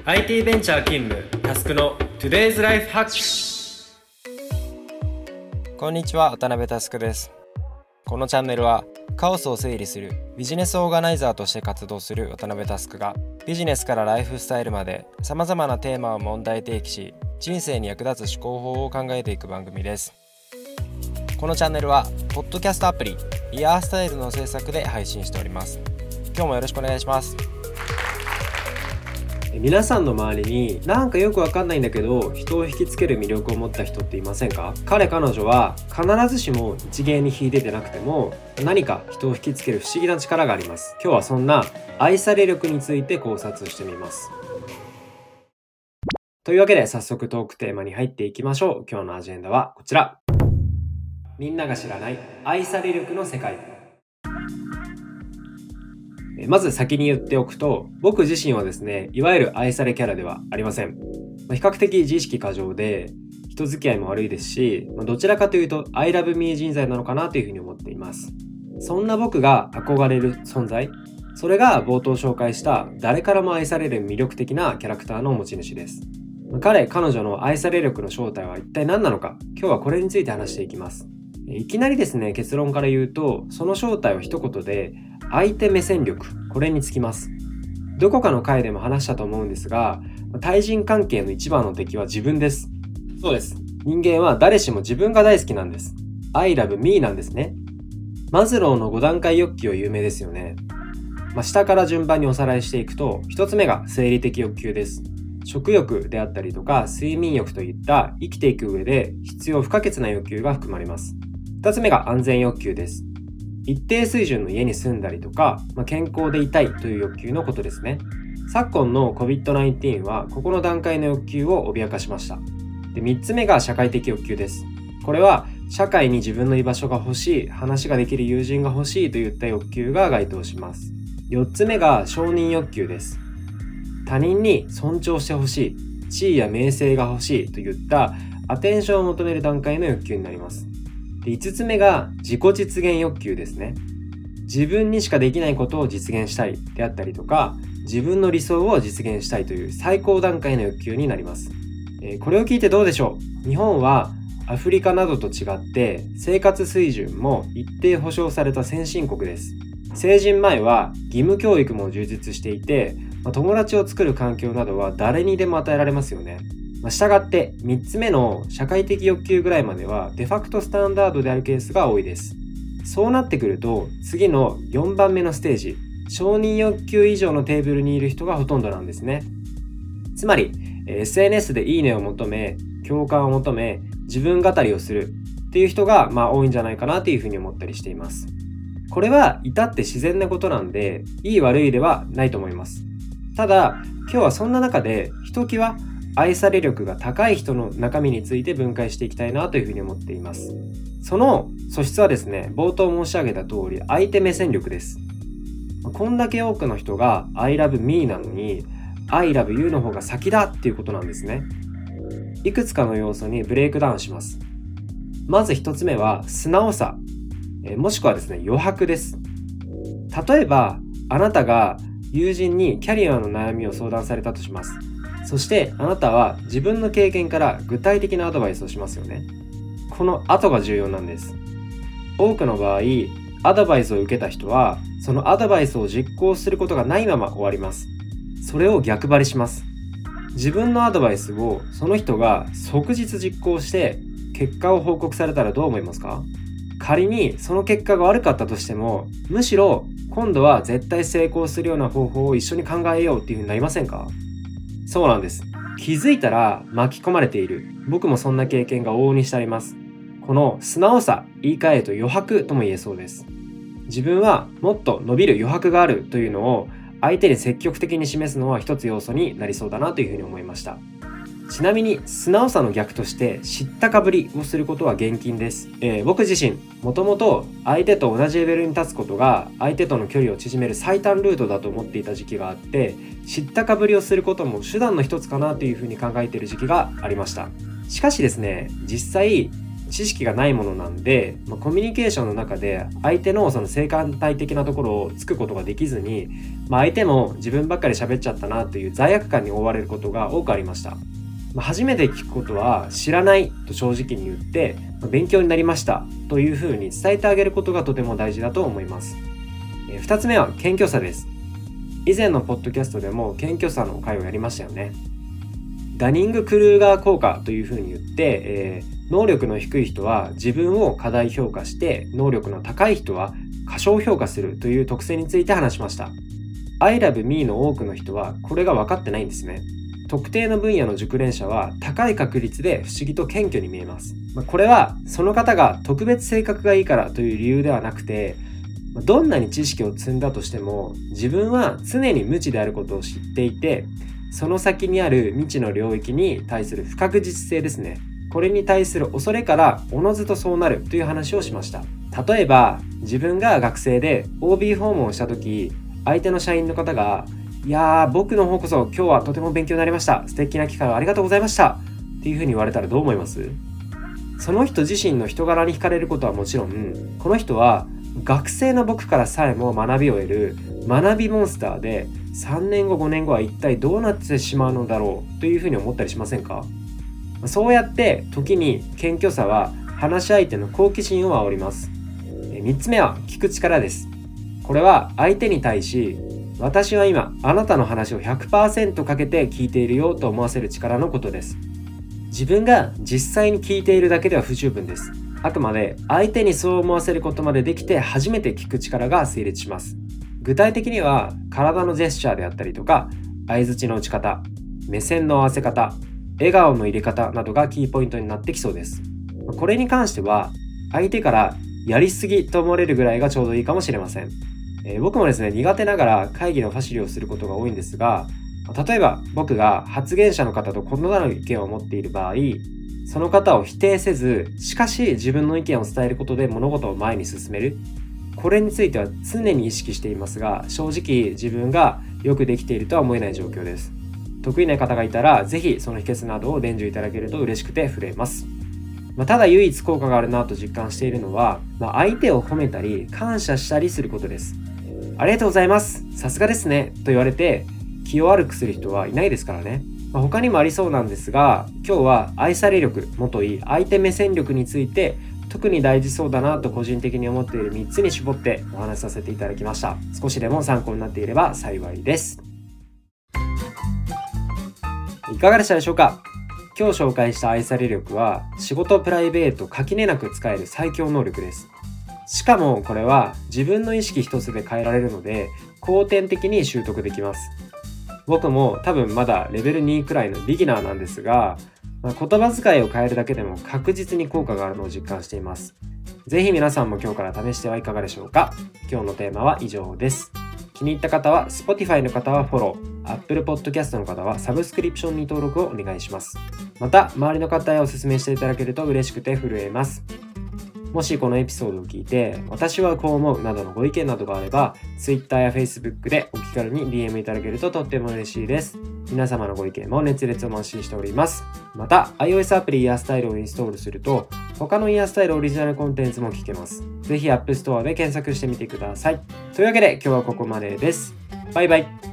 IT ベンチャー勤務タスクの Today's Life Hack。 こんにちは、渡辺タスクです。このチャンネルはカオスを整理するビジネスオーガナイザーとして活動する渡辺タスクがビジネスからライフスタイルまで様々なテーマを問題提起し、人生に役立つ思考法を考えていく番組です。このチャンネルはポッドキャストアプリイヤースタイルの制作で配信しております。今日もよろしくお願いします。 皆さんの周りになんかよくわかんないんだけど人を引きつける魅力を持った人っていませんか？彼女は必ずしも一芸に秀でてなくても何か人を引きつける不思議な力があります。今日はそんな愛され力について考察してみます。というわけで早速トークテーマに入っていきましょう。今日のアジェンダはこちら。みんなが知らない愛され力の世界。まず先に言っておくと、僕自身はですね、いわゆる愛されキャラではありません。比較的自意識過剰で人付き合いも悪いですし、どちらかというと I love me 人材なのかなというふうに思っています。そんな僕が憧れる存在、それが冒頭紹介した誰からも愛される魅力的なキャラクターの持ち主です。彼女の愛され力の正体は一体何なのか、今日はこれについて話していきます。いきなりですね、結論から言うと、その正体を一言で相手目線力、これにつきます。どこかの回でも話したと思うんですが、対人関係の一番の敵は自分です。そうです。人間は誰しも自分が大好きなんです。I love me なんですね。マズローの5段階欲求は有名ですよね。下から順番におさらいしていくと、1つ目が生理的欲求です。食欲であったりとか睡眠欲といった生きていく上で必要不可欠な欲求が含まれます。2つ目が安全欲求です。一定水準の家に住んだりとか、健康でいたいという欲求のことですね。昨今の COVID-19 はここの段階の欲求を脅かしました。で、3つ目が社会的欲求です。これは社会に自分の居場所が欲しい、話ができる友人が欲しいといった欲求が該当します。4つ目が承認欲求です。他人に尊重してほしい、地位や名声が欲しいといったアテンションを求める段階の欲求になります。で、5つ目が自己実現欲求ですね。自分にしかできないことを実現したいであったりとか、自分の理想を実現したいという最高段階の欲求になります。これを聞いてどうでしょう？日本はアフリカなどと違って生活水準も一定保障された先進国です。成人前は義務教育も充実していて、友達を作る環境などは誰にでも与えられますよね。したがって3つ目の社会的欲求ぐらいまではデファクトスタンダードであるケースが多いです。そうなってくると次の4番目のステージ、承認欲求以上のテーブルにいる人がほとんどなんですね。つまり SNS でいいねを求め、共感を求め、自分語りをするっていう人が多いんじゃないかなというふうに思ったりしています。これは至って自然なことなんで、いい悪いではないと思います。ただ今日はそんな中でひときわ愛され力が高い人の中身について分解していきたいなというふうに思っています。その素質はですね、冒頭申し上げた通り相手目線力です。こんだけ多くの人が I love me なのに I love you の方が先だっていうことなんですね。いくつかの要素にブレイクダウンします。まず一つ目は素直さ、もしくはですね、余白です。例えばあなたが友人にキャリアの悩みを相談されたとします。そしてあなたは自分の経験から具体的なアドバイスをしますよね。この後が重要なんです。多くの場合、アドバイスを受けた人はそのアドバイスを実行することがないまま終わります。それを逆張りします。自分のアドバイスをその人が即日実行して結果を報告されたらどう思いますか？仮にその結果が悪かったとしても、むしろ今度は絶対成功するような方法を一緒に考えようっていう風になりませんか？そうなんです。気づいたら巻き込まれている。僕もそんな経験が往々にしてあります。この素直さ、言い換えると余白とも言えそうです。自分はもっと伸びる余白があるというのを相手に積極的に示すのは一つ要素になりそうだなというふうに思いました。ちなみに素直さの逆として知ったかぶりをすることは厳禁です。僕自身もともと相手と同じレベルに立つことが相手との距離を縮める最短ルートだと思っていた時期があって、知ったかぶりをすることも手段の一つかなというふうに考えている時期がありました。しかしですね、実際知識がないものなんで、コミュニケーションの中で相手のその性感帯的なところをつくことができずに、相手も自分ばっかり喋っちゃったなという罪悪感に覆われることが多くありました。初めて聞くことは知らないと正直に言って、勉強になりましたというふうに伝えてあげることがとても大事だと思います。2つ目は謙虚さです。以前のポッドキャストでも謙虚さの回をやりましたよね。ダニング・クルーガー効果というふうに言って、能力の低い人は自分を過大評価して能力の高い人は過小評価するという特性について話しました。I love me の多くの人はこれが分かってないんですね。特定の分野の熟練者は高い確率で不思議と謙虚に見えます。これはその方が特別性格がいいからという理由ではなくて、どんなに知識を積んだとしても自分は常に無知であることを知っていて、その先にある未知の領域に対する不確実性ですね。これに対する恐れからおのずとそうなるという話をしました。例えば自分が学生で OB 訪問をした時、相手の社員の方がいやー僕の方こそ今日はとても勉強になりました、素敵な機会をありがとうございましたっていうふうに言われたらどう思います？その人自身の人柄に惹かれることはもちろん、この人は学生の僕からさえも学びを得る学びモンスターで、3年後5年後は一体どうなってしまうのだろうというふうに思ったりしませんか？そうやって時に謙虚さは話し相手の好奇心を煽ります。3つ目は聞く力です。これは相手に対し、私は今あなたの話を 100% かけて聞いているよと思わせる力のことです。自分が実際に聞いているだけでは不十分です。あくまで相手にそう思わせることまでできて初めて聞く力が成立します。具体的には体のジェスチャーであったりとか、相槌の打ち方、目線の合わせ方、笑顔の入れ方などがキーポイントになってきそうです。これに関しては相手からやりすぎと思われるぐらいがちょうどいいかもしれません。僕もですね、苦手ながら会議のファシリをすることが多いんですが、例えば僕が発言者の方と異なる意見を持っている場合、その方を否定せず、しかし自分の意見を伝えることで物事を前に進める。これについては常に意識していますが、正直自分がよくできているとは思えない状況です。得意な方がいたら、ぜひその秘訣などを伝授いただけると嬉しくて震えます。ただ唯一効果があるなと実感しているのは、相手を褒めたり感謝したりすることです。ありがとうございます、さすがですねと言われて気を悪くする人はいないですからね。他にもありそうなんですが、今日は愛され力もとい相手目線力について特に大事そうだなと個人的に思っている3つに絞ってお話しさせていただきました。少しでも参考になっていれば幸いです。いかがでしたでしょうか？今日紹介した愛され力は仕事プライベート垣根なく使える最強能力です。しかもこれは自分の意識一つで変えられるので後天的に習得できます。僕も多分まだレベル2くらいのビギナーなんですが、言葉遣いを変えるだけでも確実に効果があるのを実感しています。ぜひ皆さんも今日から試してはいかがでしょうか？今日のテーマは以上です。気に入った方は Spotify の方はフォロー、Apple Podcast の方はサブスクリプションに登録をお願いします。また周りの方へお勧めしていただけると嬉しくて震えます。もしこのエピソードを聞いて私はこう思うなどのご意見などがあれば Twitter や Facebook でお気軽に DM いただけるととっても嬉しいです。皆様のご意見も熱烈お待ちしております。また iOS アプリイヤースタイルをインストールすると他のイヤースタイルオリジナルコンテンツも聞けます。ぜひ App Store で検索してみてください。というわけで今日はここまでです。バイバイ。